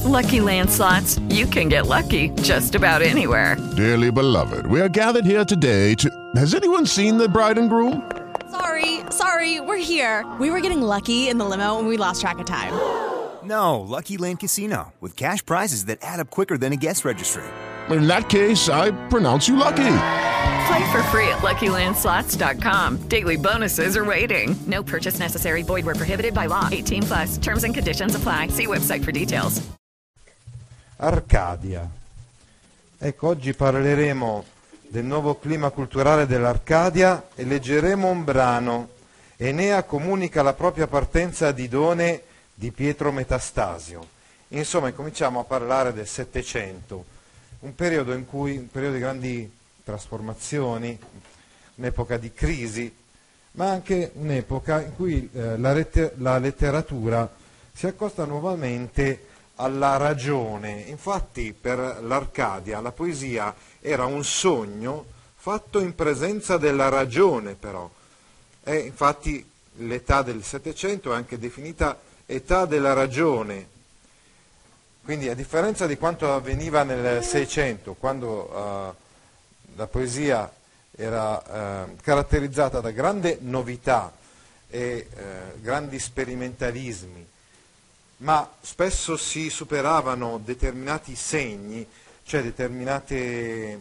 Lucky Land Slots, you can get lucky just about anywhere. Dearly beloved, we are gathered here today to... Has anyone seen the bride and groom? Sorry, we're here. We were getting lucky in the limo and we lost track of time. No, Lucky Land Casino, with cash prizes that add up quicker than a guest registry. In that case, I pronounce you lucky. Play for free at LuckyLandSlots.com. Daily bonuses are waiting. No purchase necessary. Void where prohibited by law. 18+. Terms and conditions apply. See website for details. Arcadia. Ecco, oggi parleremo del nuovo clima culturale dell'Arcadia e leggeremo un brano. Enea comunica la propria partenza ad Idone di Pietro Metastasio. Insomma, cominciamo a parlare del Settecento, un periodo di grandi trasformazioni, un'epoca di crisi, ma anche un'epoca in cui la letteratura si accosta nuovamente alla ragione. Infatti per l'Arcadia la poesia era un sogno fatto in presenza della ragione, però. E infatti l'età del Settecento è anche definita età della ragione. Quindi a differenza di quanto avveniva nel Seicento, quando la poesia era caratterizzata da grande novità e grandi sperimentalismi, ma spesso si superavano determinati segni, cioè determinati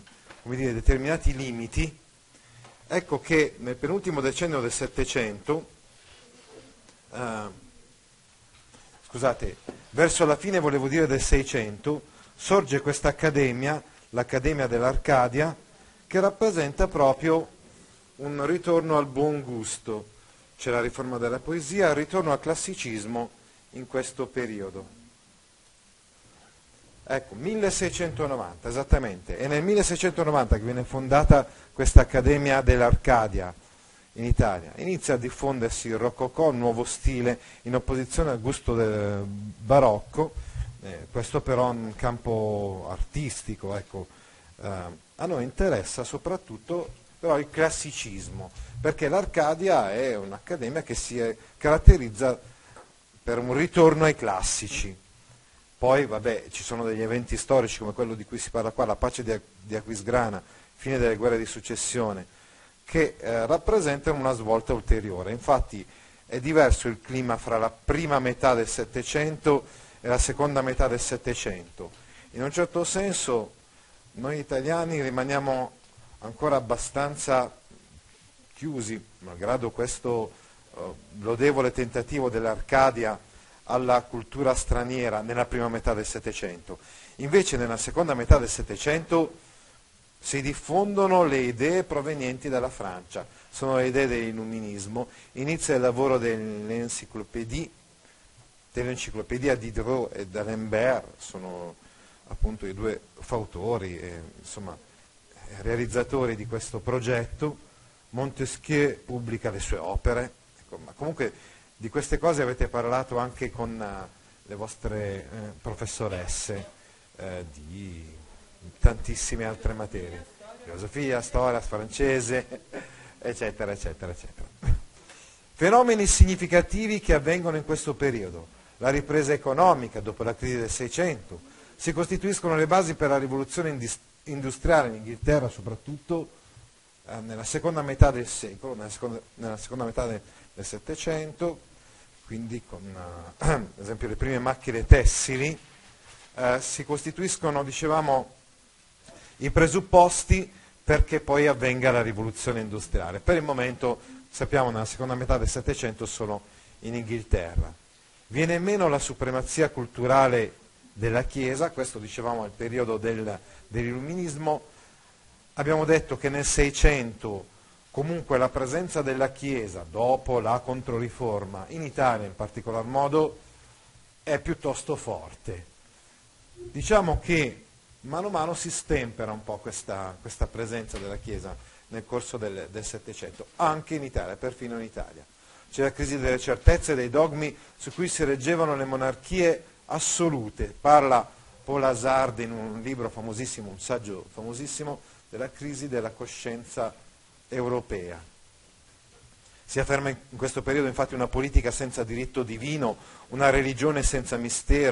limiti. Ecco che nel penultimo decennio del Settecento, verso la fine, volevo dire, del Seicento, sorge questa accademia, l'Accademia dell'Arcadia, che rappresenta proprio un ritorno al buon gusto. C'è la riforma della poesia, il ritorno al classicismo in questo periodo. Ecco, 1690, esattamente. È nel 1690 che viene fondata questa Accademia dell'Arcadia in Italia. Inizia a diffondersi il rococò, un nuovo stile, in opposizione al gusto del barocco, questo però in campo artistico. Ecco. A noi interessa soprattutto però il classicismo, perché l'Arcadia è un'accademia che si caratterizza per un ritorno ai classici. Poi, ci sono degli eventi storici come quello di cui si parla qua, la pace di Aquisgrana, fine delle guerre di successione, che rappresentano una svolta ulteriore. Infatti è diverso il clima fra la prima metà del Settecento e la seconda metà del Settecento. In un certo senso noi italiani rimaniamo ancora abbastanza chiusi, malgrado questo lodevole tentativo dell'Arcadia, alla cultura straniera nella prima metà del Settecento. Invece nella seconda metà del Settecento si diffondono le idee provenienti dalla Francia, sono le idee dell'illuminismo, inizia il lavoro dell'enciclopedia Diderot e d'Alembert, sono appunto i due fautori e realizzatori di questo progetto. Montesquieu pubblica le sue opere, ecco, ma comunque di queste cose avete parlato anche con le vostre professoresse di tantissime altre materie, filosofia, storia, francese, eccetera, eccetera, eccetera. Fenomeni significativi che avvengono in questo periodo: la ripresa economica dopo la crisi del Seicento, si costituiscono le basi per la rivoluzione industriale in Inghilterra, soprattutto nella seconda metà del secolo, nella seconda metà del Settecento, quindi con ad esempio le prime macchine tessili, si costituiscono, dicevamo, i presupposti perché poi avvenga la rivoluzione industriale. Per il momento, sappiamo, nella seconda metà del Settecento solo in Inghilterra. Viene meno la supremazia culturale della Chiesa, questo dicevamo al periodo dell'illuminismo. Abbiamo detto che nel Seicento comunque la presenza della Chiesa dopo la Controriforma, in Italia in particolar modo, è piuttosto forte. Diciamo che mano a mano si stempera un po' questa presenza della Chiesa nel corso del Settecento, anche in Italia, perfino in Italia. C'è la crisi delle certezze e dei dogmi su cui si reggevano le monarchie assolute. Parla Paul Hazard in un libro famosissimo, un saggio famosissimo, della crisi della coscienza europea. Si afferma in questo periodo infatti una politica senza diritto divino, una religione senza mistero,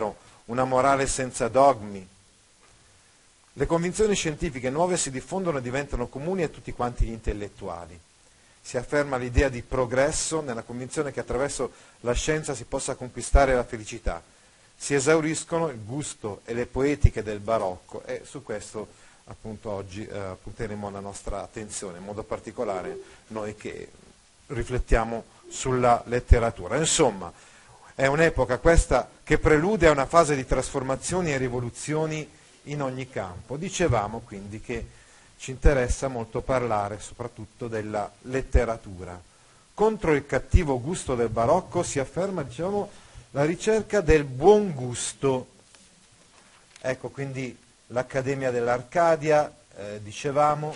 una morale senza dogmi. Le convinzioni scientifiche nuove si diffondono e diventano comuni a tutti quanti gli intellettuali. Si afferma l'idea di progresso nella convinzione che attraverso la scienza si possa conquistare la felicità. Si esauriscono il gusto e le poetiche del barocco e su questo appunto oggi punteremo la nostra attenzione, in modo particolare noi che riflettiamo sulla letteratura. Insomma, è un'epoca questa che prelude a una fase di trasformazioni e rivoluzioni in ogni campo. Dicevamo quindi che ci interessa molto parlare soprattutto della letteratura. Contro il cattivo gusto del barocco si afferma, diciamo, la ricerca del buon gusto. Ecco quindi l'Accademia dell'Arcadia, dicevamo,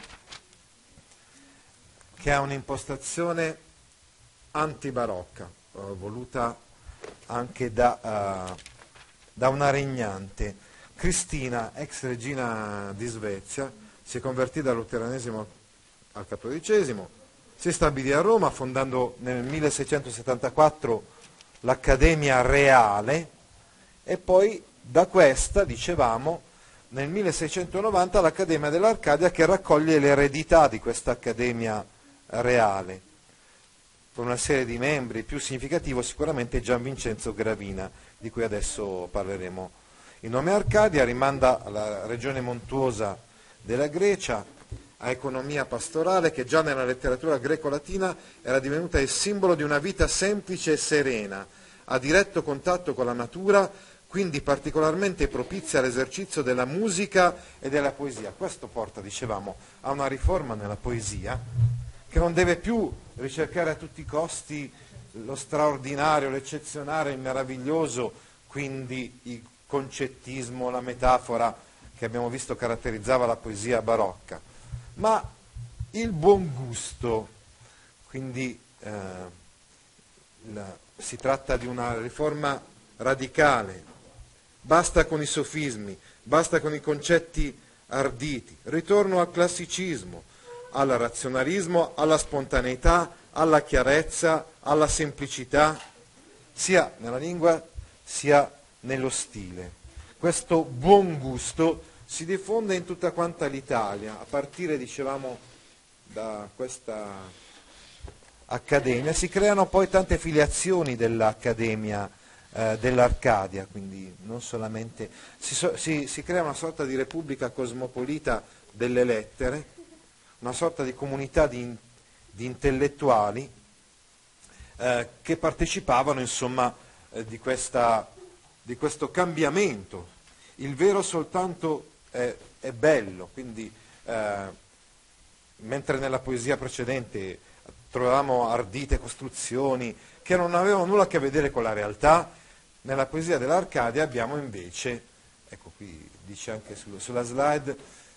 che ha un'impostazione antibarocca, voluta anche da una regnante. Cristina, ex regina di Svezia, si convertì dal luteranesimo al cattolicesimo, si stabilì a Roma fondando nel 1674 l'Accademia Reale e poi da questa, dicevamo, nel 1690 l'Accademia dell'Arcadia che raccoglie l'eredità di questa Accademia Reale, con una serie di membri. Più significativo sicuramente Gian Vincenzo Gravina, di cui adesso parleremo. Il nome Arcadia rimanda alla regione montuosa della Grecia, a economia pastorale che già nella letteratura greco-latina era divenuta il simbolo di una vita semplice e serena, a diretto contatto con la natura, quindi particolarmente propizia all'esercizio della musica e della poesia. Questo porta, dicevamo, a una riforma nella poesia che non deve più ricercare a tutti i costi lo straordinario, l'eccezionale, il meraviglioso, quindi il concettismo, la metafora che abbiamo visto caratterizzava la poesia barocca, ma il buon gusto, quindi si tratta di una riforma radicale, basta con i sofismi, basta con i concetti arditi, ritorno al classicismo, al razionalismo, alla spontaneità, alla chiarezza, alla semplicità, sia nella lingua sia nello stile. Questo buon gusto si diffonde in tutta quanta l'Italia, a partire, dicevamo, da questa accademia. Si creano poi tante filiazioni dell'Accademia dell'Arcadia, quindi non solamente, si crea una sorta di repubblica cosmopolita delle lettere, una sorta di comunità di intellettuali che partecipavano, insomma, di questo cambiamento. Il vero soltanto è bello, quindi mentre nella poesia precedente trovavamo ardite costruzioni che non avevano nulla a che vedere con la realtà, nella poesia dell'Arcadia abbiamo invece, ecco qui dice anche sulla slide,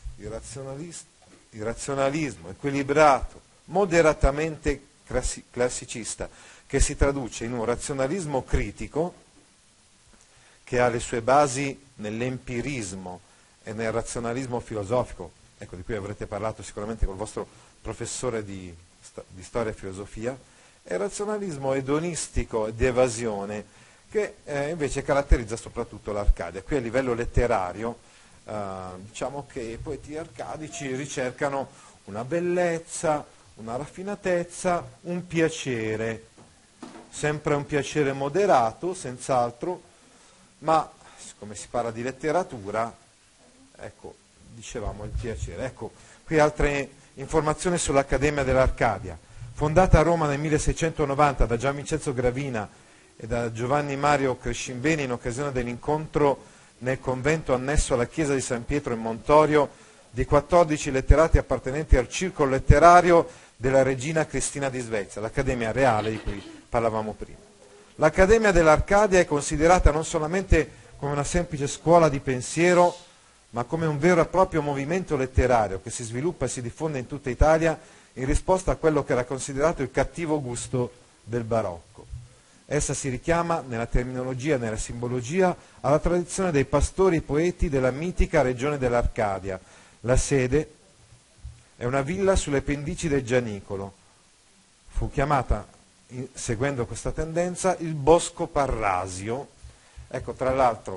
il razionalismo equilibrato, moderatamente classicista, che si traduce in un razionalismo critico che ha le sue basi nell'empirismo e nel razionalismo filosofico, ecco, di cui avrete parlato sicuramente col vostro professore di storia e filosofia, e il razionalismo edonistico e di evasione che invece caratterizza soprattutto l'Arcadia. Qui a livello letterario diciamo che i poeti arcadici ricercano una bellezza, una raffinatezza, un piacere, sempre un piacere moderato, senz'altro, ma siccome si parla di letteratura, ecco, dicevamo il piacere. Ecco, qui altre informazioni sull'Accademia dell'Arcadia. Fondata a Roma nel 1690 da Gian Vincenzo Gravina e da Giovanni Mario Crescimbeni in occasione dell'incontro nel convento annesso alla chiesa di San Pietro in Montorio di 14 letterati appartenenti al circolo letterario della regina Cristina di Svezia, l'Accademia Reale di cui parlavamo prima. L'Accademia dell'Arcadia è considerata non solamente come una semplice scuola di pensiero, ma come un vero e proprio movimento letterario che si sviluppa e si diffonde in tutta Italia in risposta a quello che era considerato il cattivo gusto del barocco. Essa si richiama, nella terminologia e nella simbologia, alla tradizione dei pastori poeti della mitica regione dell'Arcadia. La sede è una villa sulle pendici del Gianicolo. Fu chiamata, seguendo questa tendenza, il Bosco Parrasio. Ecco, tra l'altro,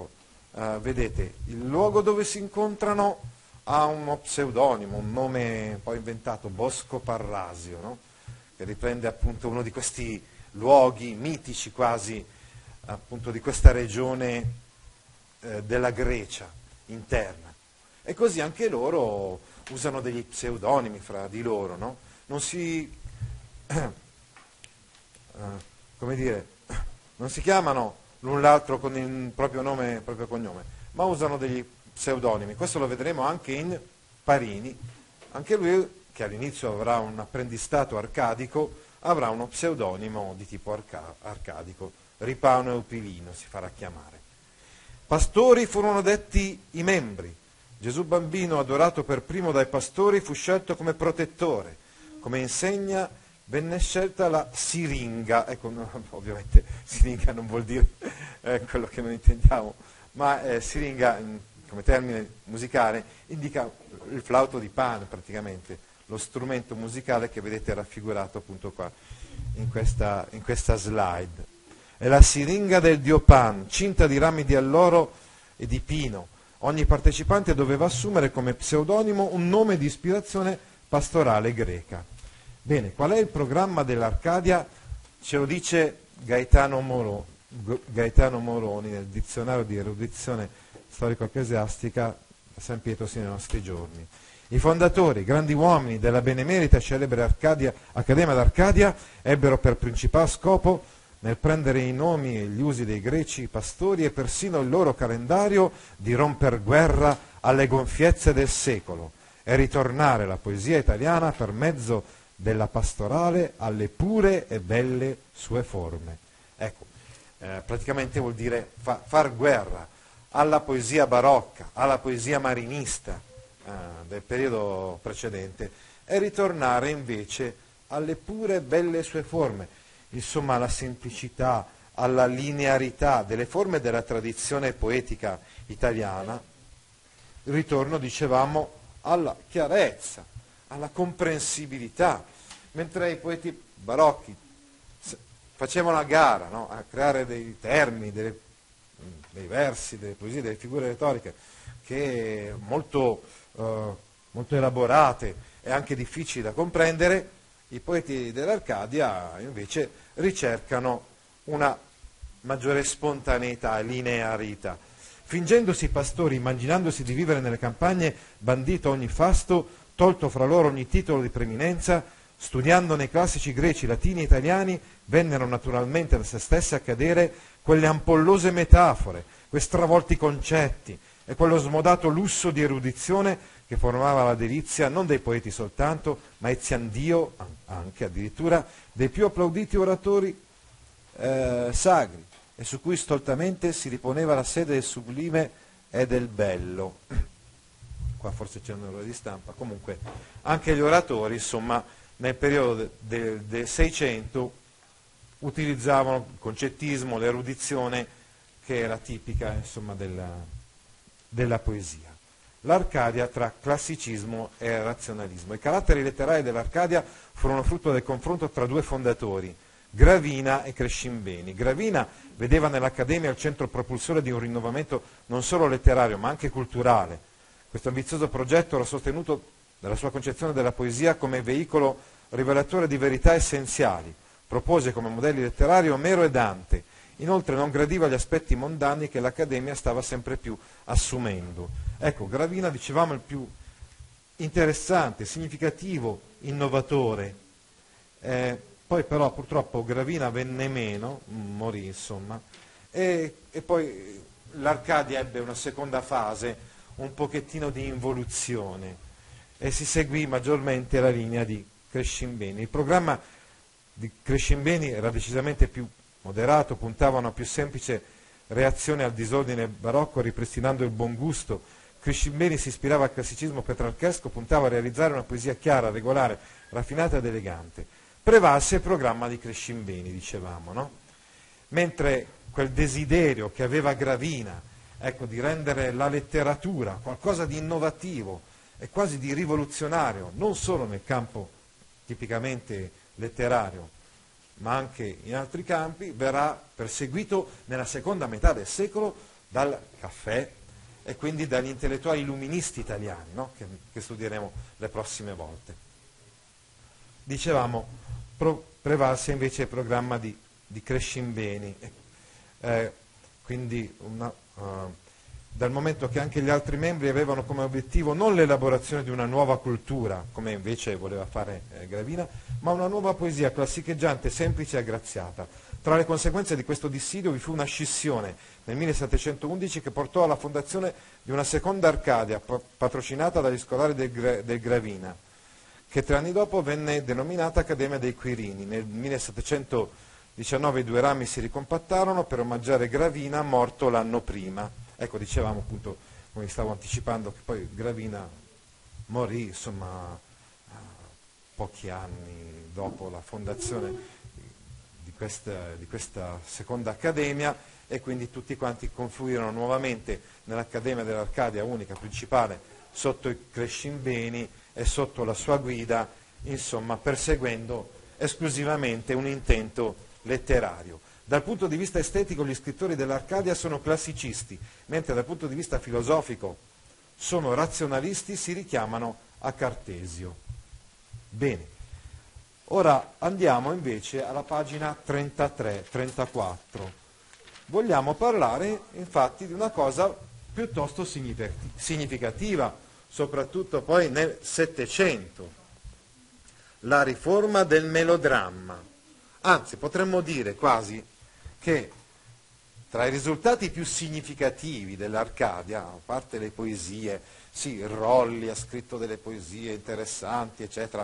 vedete, il luogo dove si incontrano ha uno pseudonimo, un nome poi inventato, Bosco Parrasio, no? Che riprende appunto uno di questi luoghi mitici quasi, appunto di questa regione della Grecia interna. E così anche loro usano degli pseudonimi fra di loro, no? Non si, come dire, non si chiamano l'un l'altro con il proprio nome e il proprio cognome, ma usano degli pseudonimi. Questo lo vedremo anche in Parini, anche lui che all'inizio avrà un apprendistato arcadico, avrà uno pseudonimo di tipo arcadico, Ripano Eupilino si farà chiamare. Pastori furono detti i membri. Gesù bambino, adorato per primo dai pastori, fu scelto come protettore. Come insegna venne scelta la siringa, ecco, no, ovviamente siringa non vuol dire quello che noi intendiamo, ma siringa come termine musicale indica il flauto di Pan praticamente, lo strumento musicale che vedete raffigurato appunto qua in questa slide. È la siringa del dio Pan, cinta di rami di alloro e di pino. Ogni partecipante doveva assumere come pseudonimo un nome di ispirazione pastorale greca. Bene, qual è il programma dell'Arcadia? Ce lo dice Gaetano Moroni nel dizionario di erudizione storico-ecclesiastica a San Pietro sino ai nostri giorni. I fondatori, grandi uomini della benemerita e celebre Accademia d'Arcadia, ebbero per principale scopo, nel prendere i nomi e gli usi dei greci pastori e persino il loro calendario, di romper guerra alle gonfiezze del secolo e ritornare la poesia italiana per mezzo della pastorale alle pure e belle sue forme. Ecco, praticamente vuol dire far guerra alla poesia barocca, alla poesia marinista del periodo precedente e ritornare invece alle pure e belle sue forme, insomma alla semplicità, alla linearità delle forme della tradizione poetica italiana, il ritorno, dicevamo, alla chiarezza, alla comprensibilità, mentre i poeti barocchi facevano a gara, no? A creare dei termini, dei versi, delle poesie, delle figure retoriche che molto elaborate e anche difficili da comprendere. I poeti dell'Arcadia invece ricercano una maggiore spontaneità e linearità. Fingendosi pastori, immaginandosi di vivere nelle campagne, bandito ogni fasto, tolto fra loro ogni titolo di preminenza, studiando nei classici greci, latini e italiani, vennero naturalmente da se stessi a cadere quelle ampollose metafore, quei stravolti concetti e quello smodato lusso di erudizione che formava la delizia non dei poeti soltanto, ma eziandio anche addirittura dei più applauditi oratori sagri, e su cui stoltamente si riponeva la sede del sublime e del bello. Qua forse c'è un errore di stampa, comunque anche gli oratori, insomma, nel periodo del 600 utilizzavano il concettismo, l'erudizione che era tipica, insomma, della poesia. L'Arcadia tra classicismo e razionalismo. I caratteri letterari dell'Arcadia furono frutto del confronto tra due fondatori, Gravina e Crescimbeni. Gravina vedeva nell'Accademia il centro propulsore di un rinnovamento non solo letterario ma anche culturale. Questo ambizioso progetto era sostenuto dalla sua concezione della poesia come veicolo rivelatore di verità essenziali. Propose come modelli letterari Omero e Dante. Inoltre non gradiva gli aspetti mondani che l'Accademia stava sempre più assumendo. Ecco, Gravina, dicevamo, il più interessante, significativo, innovatore. Poi però purtroppo Gravina venne meno, morì insomma, e poi l'Arcadia ebbe una seconda fase, un pochettino di involuzione, e si seguì maggiormente la linea di Crescimbeni. Il programma di Crescimbeni era decisamente più moderato, puntava a una più semplice reazione al disordine barocco, ripristinando il buon gusto. Crescimbeni si ispirava al classicismo petrarchesco, puntava a realizzare una poesia chiara, regolare, raffinata ed elegante. Prevalse il programma di Crescimbeni, dicevamo, no? Mentre quel desiderio che aveva Gravina, ecco, di rendere la letteratura qualcosa di innovativo e quasi di rivoluzionario, non solo nel campo tipicamente letterario, ma anche in altri campi, verrà perseguito nella seconda metà del secolo dal caffè e quindi dagli intellettuali illuministi italiani, no? che studieremo le prossime volte. Dicevamo, prevalse invece il programma di Crescimbeni, quindi dal momento che anche gli altri membri avevano come obiettivo non l'elaborazione di una nuova cultura, come invece voleva fare Gravina, ma una nuova poesia classicheggiante, semplice e aggraziata. Tra le conseguenze di questo dissidio vi fu una scissione nel 1711 che portò alla fondazione di una seconda Arcadia patrocinata dagli scolari del Gravina, che 3 anni dopo venne denominata Accademia dei Quirini. Nel 1719 i due rami si ricompattarono per omaggiare Gravina, morto l'anno prima. Ecco, dicevamo appunto, come stavo anticipando, che poi Gravina morì, insomma, pochi anni dopo la fondazione di questa seconda accademia, e quindi tutti quanti confluirono nuovamente nell'Accademia dell'Arcadia unica principale sotto i Crescimbeni e sotto la sua guida, insomma, perseguendo esclusivamente un intento letterario. Dal punto di vista estetico gli scrittori dell'Arcadia sono classicisti, mentre dal punto di vista filosofico sono razionalisti, si richiamano a Cartesio. Bene, ora andiamo invece alla pagina 33-34. Vogliamo parlare infatti di una cosa piuttosto significativa, soprattutto poi nel Settecento, la riforma del melodramma. Anzi, potremmo dire quasi che tra i risultati più significativi dell'Arcadia, a parte le poesie, sì, Rolli ha scritto delle poesie interessanti, eccetera,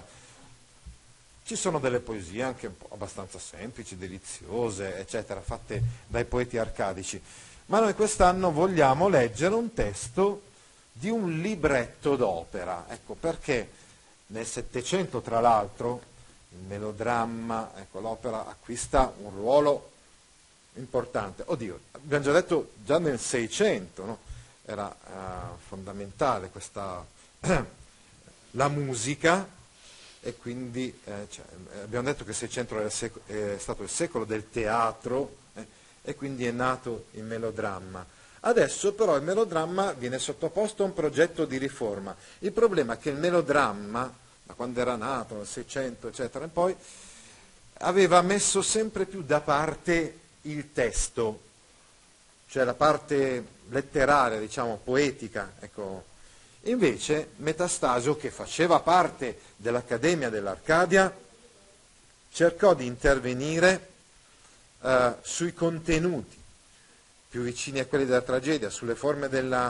ci sono delle poesie anche abbastanza semplici, deliziose, eccetera, fatte dai poeti arcadici, ma noi quest'anno vogliamo leggere un testo di un libretto d'opera, ecco, perché nel Settecento, tra l'altro, il melodramma, ecco, l'opera acquista un ruolo importante. Oddio, abbiamo già detto già nel Seicento, no? Era fondamentale questa la musica, e quindi abbiamo detto che il Seicento è stato il secolo del teatro, e quindi è nato il melodramma. Adesso però il melodramma viene sottoposto a un progetto di riforma. Il problema è che il melodramma, da quando era nato, nel Seicento, eccetera, e poi, aveva messo sempre più da parte il testo, cioè la parte letteraria, diciamo, poetica, ecco. Invece Metastasio, che faceva parte dell'Accademia dell'Arcadia, cercò di intervenire sui contenuti più vicini a quelli della tragedia, sulle forme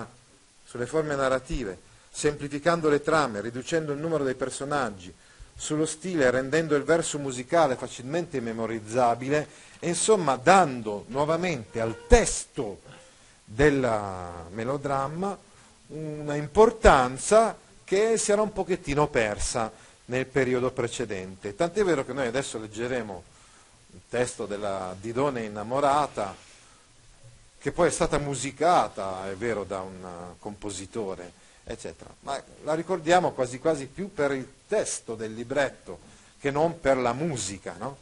narrative, semplificando le trame, riducendo il numero dei personaggi, sullo stile, rendendo il verso musicale facilmente memorizzabile, e insomma dando nuovamente al testo del melodramma una importanza che si era un pochettino persa nel periodo precedente. Tant'è vero che noi adesso leggeremo il testo della Didone innamorata, che poi è stata musicata, è vero, da un compositore, eccetera, ma la ricordiamo quasi quasi più per il testo del libretto che non per la musica, no?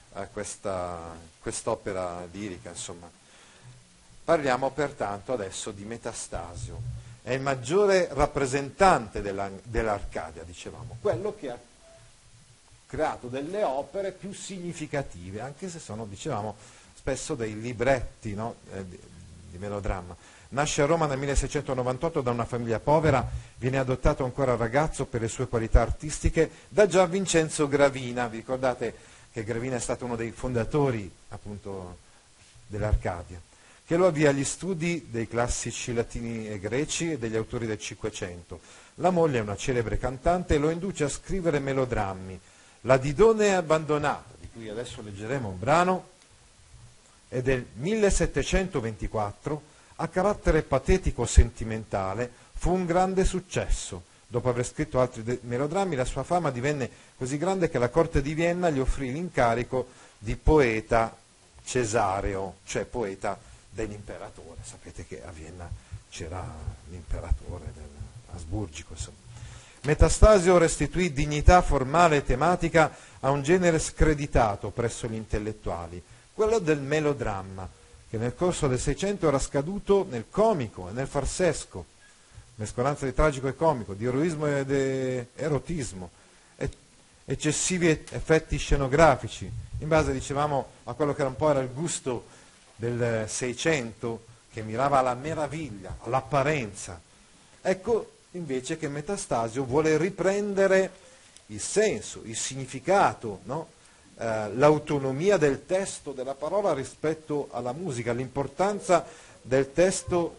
Quest'opera lirica, insomma. Parliamo pertanto adesso di Metastasio. È il maggiore rappresentante dell'Arcadia, dicevamo, quello che ha creato delle opere più significative, anche se sono, dicevamo, spesso dei libretti, no? di melodramma. Nasce a Roma nel 1698 da una famiglia povera, viene adottato ancora ragazzo per le sue qualità artistiche da Gian Vincenzo Gravina. Vi ricordate che Gravina è stato uno dei fondatori, appunto, dell'Arcadia, che lo avvia agli studi dei classici latini e greci e degli autori del Cinquecento. La moglie è una celebre cantante e lo induce a scrivere melodrammi. La Didone abbandonata, di cui adesso leggeremo un brano, è del 1724, a carattere patetico-sentimentale, fu un grande successo. Dopo aver scritto altri melodrammi, la sua fama divenne così grande che la corte di Vienna gli offrì l'incarico di poeta cesareo, cioè poeta dell'imperatore. Sapete che a Vienna c'era l'imperatore asburgico, insomma. Metastasio restituì dignità formale e tematica a un genere screditato presso gli intellettuali, quello del melodramma, che nel corso del Seicento era scaduto nel comico e nel farsesco, mescolanza di tragico e comico, di eroismo ed erotismo, eccessivi effetti scenografici, in base, dicevamo, a quello che era il gusto del Seicento, che mirava alla meraviglia, all'apparenza. Ecco invece che Metastasio vuole riprendere il senso, il significato, no? L'autonomia del testo, della parola rispetto alla musica, l'importanza del testo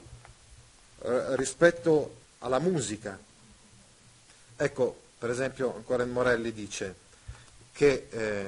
rispetto alla musica. Ecco, per esempio, ancora il Morelli dice che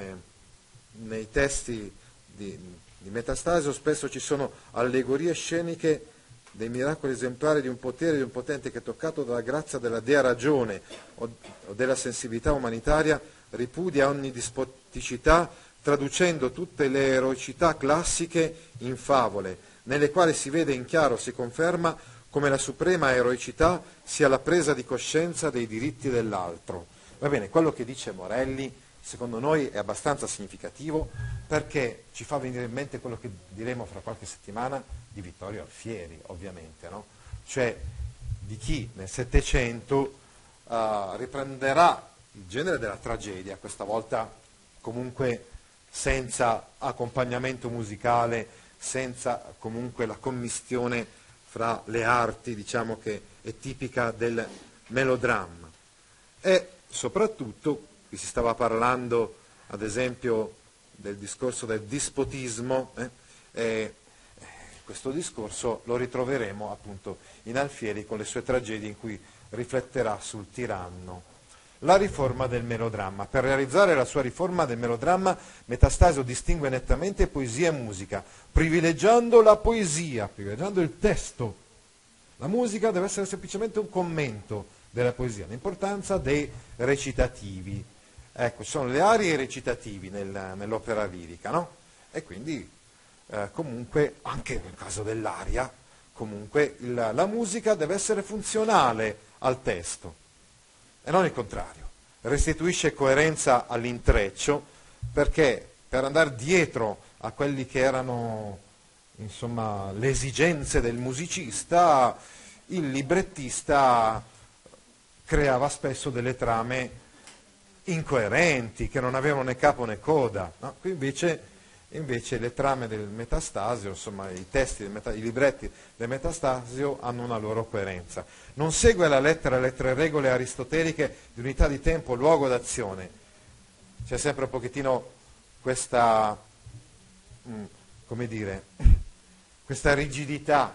nei testi di Metastasio spesso ci sono allegorie sceniche dei miracoli esemplari di un potere, di un potente che, toccato dalla grazia della dea ragione o della sensibilità umanitaria, ripudia ogni dispoticità, traducendo tutte le eroicità classiche in favole, nelle quali si vede in chiaro, si conferma come la suprema eroicità sia la presa di coscienza dei diritti dell'altro. Va bene, quello che dice Morelli secondo noi è abbastanza significativo, perché ci fa venire in mente quello che diremo fra qualche settimana di Vittorio Alfieri, ovviamente, no? Cioè di chi nel Settecento riprenderà il genere della tragedia, questa volta comunque senza accompagnamento musicale, senza comunque la commistione fra le arti, diciamo, che è tipica del melodramma. E soprattutto, qui si stava parlando ad esempio del discorso del dispotismo, questo discorso lo ritroveremo appunto in Alfieri con le sue tragedie, in cui rifletterà sul tiranno. La riforma del melodramma. Per realizzare la sua riforma del melodramma, Metastasio distingue nettamente poesia e musica, privilegiando la poesia, privilegiando il testo. La musica deve essere semplicemente un commento della poesia, l'importanza dei recitativi. Ecco, ci sono le arie e i recitativi nell'opera lirica, no? E quindi comunque, anche nel caso dell'aria, comunque la musica deve essere funzionale al testo e non il contrario. Restituisce coerenza all'intreccio, perché per andare dietro a quelli che erano, insomma, le esigenze del musicista, il librettista creava spesso delle trame incoerenti, che non avevano né capo né coda, no? Qui invece le trame del Metastasio, insomma i testi, i libretti del Metastasio hanno una loro coerenza. Non segue alla lettera le tre regole aristoteliche di unità di tempo, luogo ed azione. C'è sempre un pochettino questa, come dire, questa rigidità,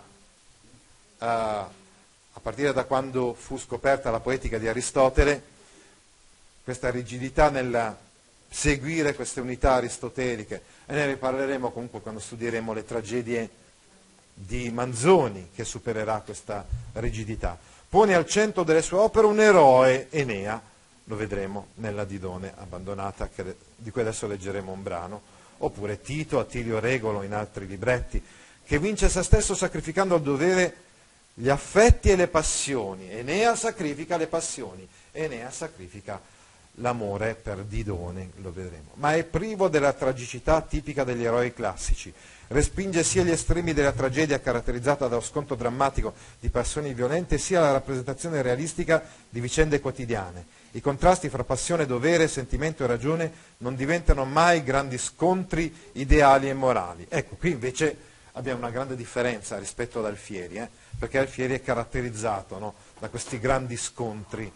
a partire da quando fu scoperta la poetica di Aristotele, questa rigidità nel seguire queste unità aristoteliche, e ne riparleremo comunque quando studieremo le tragedie di Manzoni, che supererà questa rigidità. Pone al centro delle sue opere un eroe, Enea, lo vedremo nella Didone abbandonata, di cui adesso leggeremo un brano, oppure Tito, Attilio Regolo in altri libretti, che vince se stesso sacrificando al dovere gli affetti e le passioni. Enea sacrifica le passioni, Enea sacrifica l'amore per Didone, lo vedremo. Ma è privo della tragicità tipica degli eroi classici. Respinge sia gli estremi della tragedia caratterizzata dallo scontro drammatico di passioni violente, sia la rappresentazione realistica di vicende quotidiane. I contrasti fra passione, dovere, sentimento e ragione non diventano mai grandi scontri ideali e morali. Ecco, qui invece abbiamo una grande differenza rispetto ad Alfieri, perché Alfieri è caratterizzato, no, da questi grandi scontri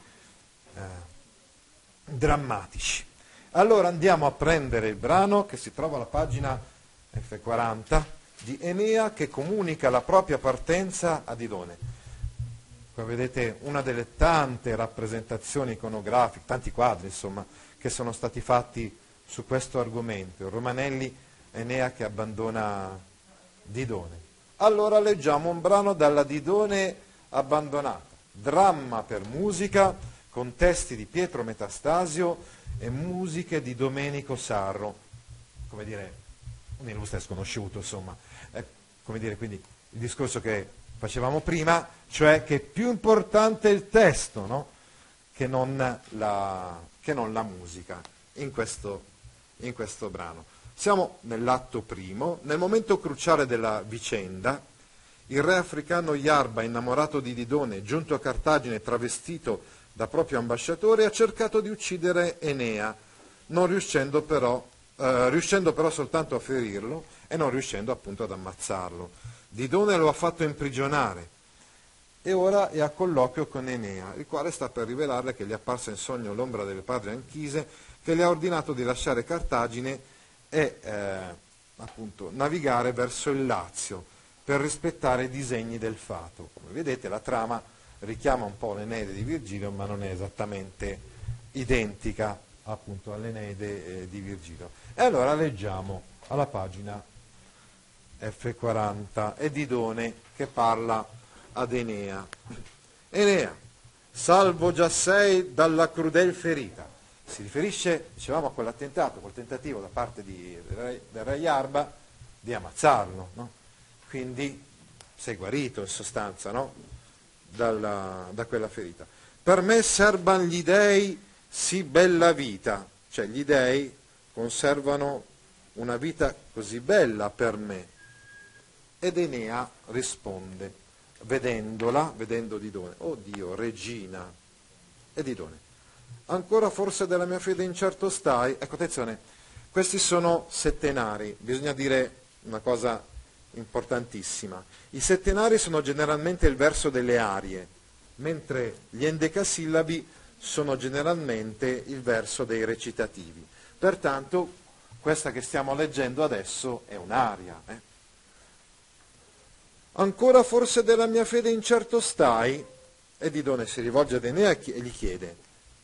drammatici. Allora andiamo a prendere il brano che si trova alla pagina F40 di Enea, che comunica la propria partenza a Didone. Qua vedete una delle tante rappresentazioni iconografiche, tanti quadri insomma, che sono stati fatti su questo argomento. Il Romanelli, Enea che abbandona Didone. Allora leggiamo un brano dalla Didone abbandonata, dramma per musica, con testi di Pietro Metastasio e musiche di Domenico Sarro, come dire, un illustre sconosciuto, insomma. Come dire, quindi il discorso che facevamo prima, cioè che è più importante il testo, no? che non la musica in questo brano. Siamo nell'atto primo, nel momento cruciale della vicenda. Il re africano Yarba, innamorato di Didone, giunto a Cartagine travestito da proprio ambasciatore, ha cercato di uccidere Enea, non riuscendo però soltanto a ferirlo e non riuscendo appunto ad ammazzarlo. Didone lo ha fatto imprigionare e ora è a colloquio con Enea, il quale sta per rivelarle che gli è apparsa in sogno l'ombra del padre Anchise, che le ha ordinato di lasciare Cartagine e appunto navigare verso il Lazio per rispettare i disegni del fato. Come vedete, la trama richiama un po' l'Eneide di Virgilio, ma non è esattamente identica appunto all'Eneide di Virgilio. E allora leggiamo alla pagina F40, è Didone che parla ad Enea. Enea, salvo già sei dalla crudel ferita. Si riferisce, dicevamo, a quell'attentato, quel tentativo da parte del re Yarba di ammazzarlo, no? Quindi sei guarito in sostanza, no? Da quella ferita. Per me serban gli dei sì bella vita, cioè gli dei conservano una vita così bella per me. Ed Enea risponde, vedendo Didone, oh Dio, regina, e Didone, ancora forse della mia fede incerto stai? Ecco, attenzione, questi sono settenari, bisogna dire una cosa importantissima. I settenari sono generalmente il verso delle arie, mentre gli endecasillabi sono generalmente il verso dei recitativi. Pertanto, questa che stiamo leggendo adesso è un'aria. Ancora forse della mia fede incerto stai? E Didone si rivolge ad Enea e gli chiede,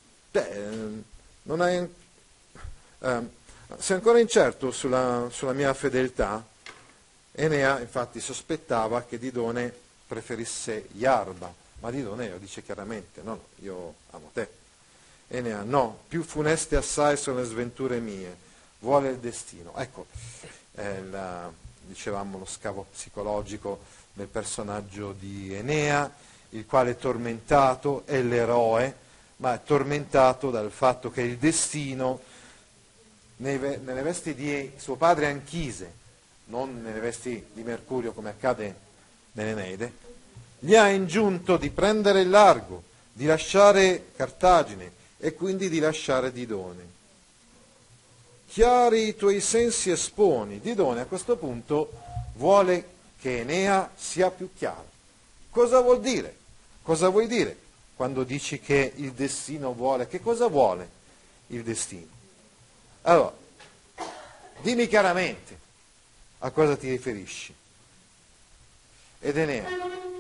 sei ancora incerto sulla mia fedeltà? Enea infatti sospettava che Didone preferisse Yarba, ma Didone lo dice chiaramente, no, io amo te. Enea, no, più funeste assai sono le sventure mie, vuole il destino. Ecco, dicevamo lo scavo psicologico del personaggio di Enea, il quale è tormentato, è l'eroe, ma è tormentato dal fatto che il destino, nelle vesti di suo padre Anchise, non nelle vesti di Mercurio come accade nell'Eneide, gli ha ingiunto di prendere il largo, di lasciare Cartagine e quindi di lasciare Didone. Chiari i tuoi sensi esponi. Didone a questo punto vuole che Enea sia più chiaro. Cosa vuol dire? Cosa vuoi dire quando dici che il destino vuole? Che cosa vuole il destino? Allora, dimmi chiaramente a cosa ti riferisci. Ed Enea,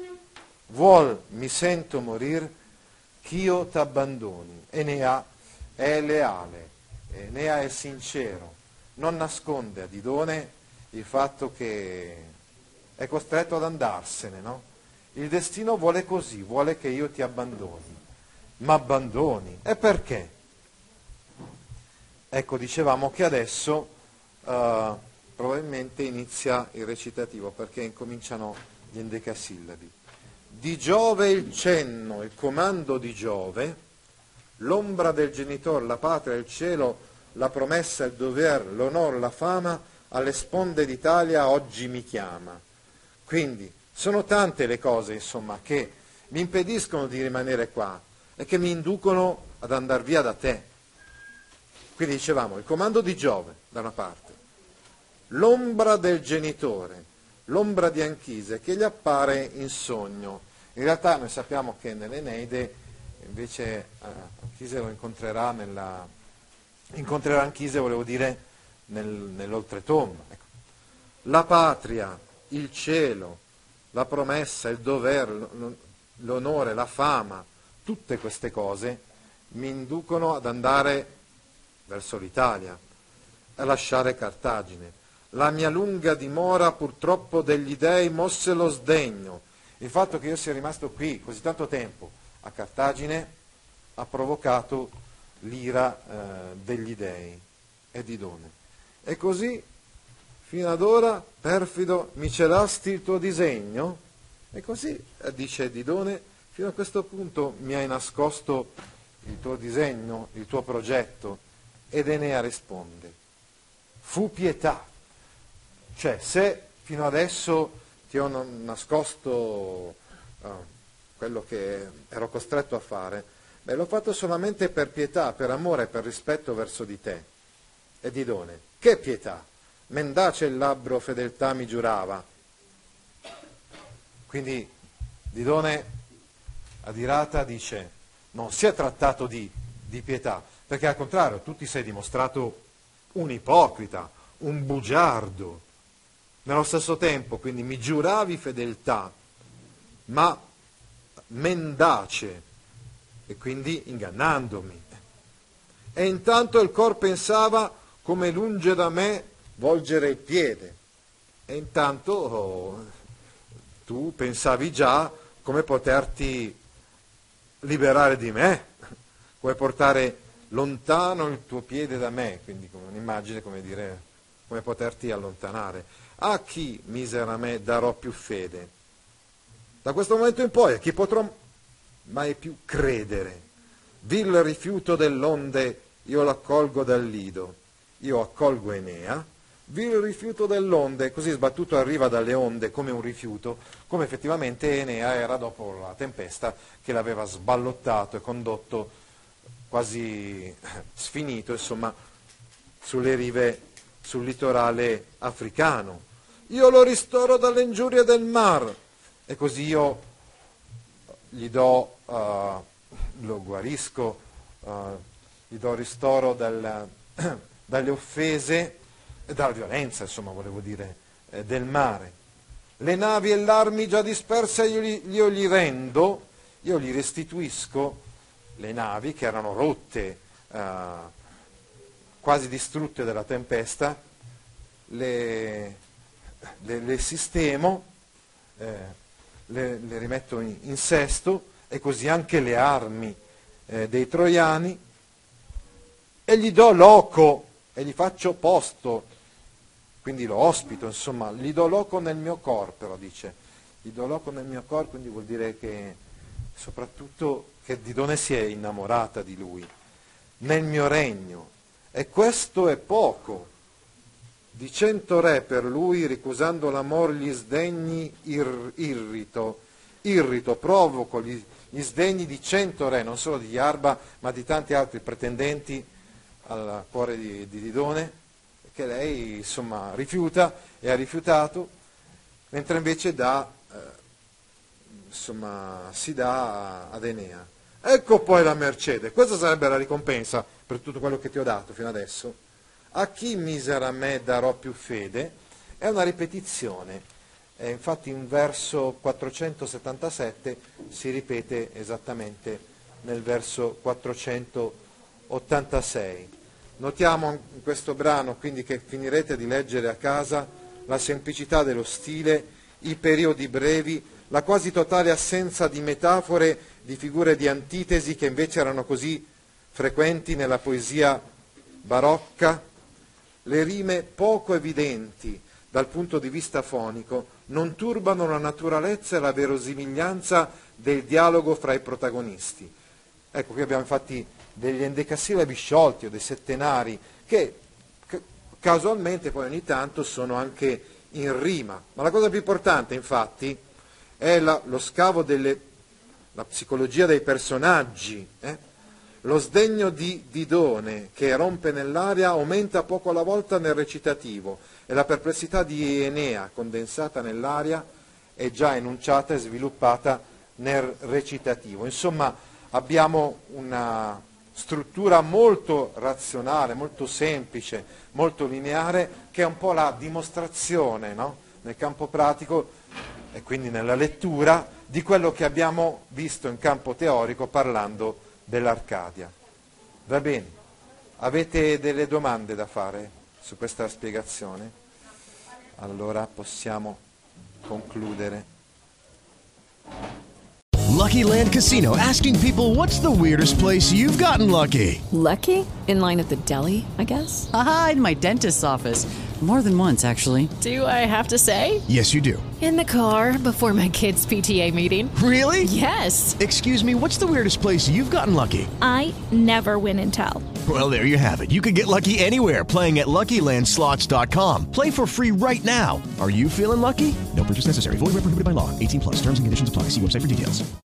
mi sento morir, ch'io t'abbandoni. Enea è leale, Enea è sincero, non nasconde a Didone il fatto che è costretto ad andarsene, no? Il destino vuole così, vuole che io ti abbandoni. Ma abbandoni? E perché? Ecco, dicevamo che adesso probabilmente inizia il recitativo, perché incominciano gli endecasillabi. Di Giove il cenno, il comando di Giove, l'ombra del genitor, la patria, il cielo, la promessa, il dover, l'onor, la fama, alle sponde d'Italia oggi mi chiama. Quindi sono tante le cose, insomma, che mi impediscono di rimanere qua e che mi inducono ad andar via da te. Quindi dicevamo, il comando di Giove, da una parte, l'ombra del genitore, l'ombra di Anchise, che gli appare in sogno. In realtà noi sappiamo che nell'Eneide invece Anchise lo incontrerà incontrerà Anchise, volevo dire, nell'oltretomba. Ecco. La patria, il cielo, la promessa, il dover, l'onore, la fama, tutte queste cose mi inducono ad andare verso l'Italia, a lasciare Cartagine. La mia lunga dimora purtroppo degli dei mosse lo sdegno. Il fatto che io sia rimasto qui così tanto tempo a Cartagine ha provocato l'ira degli dei e Didone. E così, fino ad ora, perfido, mi celasti il tuo disegno? E così, dice Didone, fino a questo punto mi hai nascosto il tuo disegno, il tuo progetto. Ed Enea risponde, fu pietà. Cioè, se fino adesso ti ho nascosto quello che ero costretto a fare, l'ho fatto solamente per pietà, per amore e per rispetto verso di te. E Didone, che pietà? Mendace il labbro fedeltà mi giurava. Quindi Didone adirata dice, non si è trattato di pietà, perché al contrario tu ti sei dimostrato un ipocrita, un bugiardo. Nello stesso tempo, quindi mi giuravi fedeltà, ma mendace, e quindi ingannandomi. E intanto il cor pensava come lunge da me volgere il piede. E intanto tu pensavi già come poterti liberare di me, come portare lontano il tuo piede da me, quindi come un'immagine, come dire, come poterti allontanare. A chi misera me darò più fede? Da questo momento in poi a chi potrò mai più credere? Vil rifiuto dell'onde io l'accolgo dal lido, io accolgo Enea, vil rifiuto dell'onde, così sbattuto arriva dalle onde come un rifiuto, come effettivamente Enea era dopo la tempesta che l'aveva sballottato e condotto quasi sfinito, insomma, sulle rive, sul litorale africano. Io lo ristoro dalle ingiurie del mar, e così io gli do, lo guarisco, gli do ristoro dalle offese e dalla violenza, insomma, volevo dire, del mare. Le navi e le armi già disperse io gli rendo, io gli restituisco le navi che erano rotte, quasi distrutte dalla tempesta, le sistemo, le rimetto in sesto, e così anche le armi dei troiani, e gli do loco e gli faccio posto, quindi lo ospito, insomma, gli do loco nel mio cor, però dice, gli do loco nel mio cor, quindi vuol dire che soprattutto che Didone si è innamorata di lui, nel mio regno, e questo è poco. Di 100 re per lui, ricusando l'amor gli sdegni, irrito, provoco gli sdegni di 100 re, non solo di Iarba, ma di tanti altri pretendenti al cuore di Didone, che lei, insomma, rifiuta e ha rifiutato, mentre invece si dà ad Enea. Ecco poi la mercede, questa sarebbe la ricompensa per tutto quello che ti ho dato fino adesso. A chi misera me darò più fede? È una ripetizione, infatti in verso 477 si ripete esattamente nel verso 486. Notiamo in questo brano, quindi, che finirete di leggere a casa, la semplicità dello stile, i periodi brevi, la quasi totale assenza di metafore, di figure di antitesi che invece erano così frequenti nella poesia barocca, le rime poco evidenti dal punto di vista fonico non turbano la naturalezza e la verosimiglianza del dialogo fra i protagonisti. Ecco, qui abbiamo infatti degli endecasillabi sciolti o dei settenari che casualmente poi ogni tanto sono anche in rima. Ma la cosa più importante, infatti, è lo scavo la psicologia dei personaggi. Lo sdegno di Didone, che rompe nell'aria, aumenta poco alla volta nel recitativo, e la perplessità di Enea, condensata nell'aria, è già enunciata e sviluppata nel recitativo. Insomma, abbiamo una struttura molto razionale, molto semplice, molto lineare, che è un po' la dimostrazione, no? Nel campo pratico e quindi nella lettura di quello che abbiamo visto in campo teorico parlando dell'Arcadia. Va bene? Avete delle domande da fare su questa spiegazione? Allora possiamo concludere. Lucky Land Casino, asking people, what's the weirdest place you've gotten lucky? Lucky? In line at the deli, I guess? Aha, in my dentist's office. More than once, actually. Do I have to say? Yes, you do. In the car before my kids' PTA meeting. Really? Yes. Excuse me, what's the weirdest place you've gotten lucky? I never win and tell. Well, there you have it. You can get lucky anywhere, playing at LuckyLandSlots.com. Play for free right now. Are you feeling lucky? No purchase necessary. Void where prohibited by law. 18+. Terms and conditions apply. See website for details.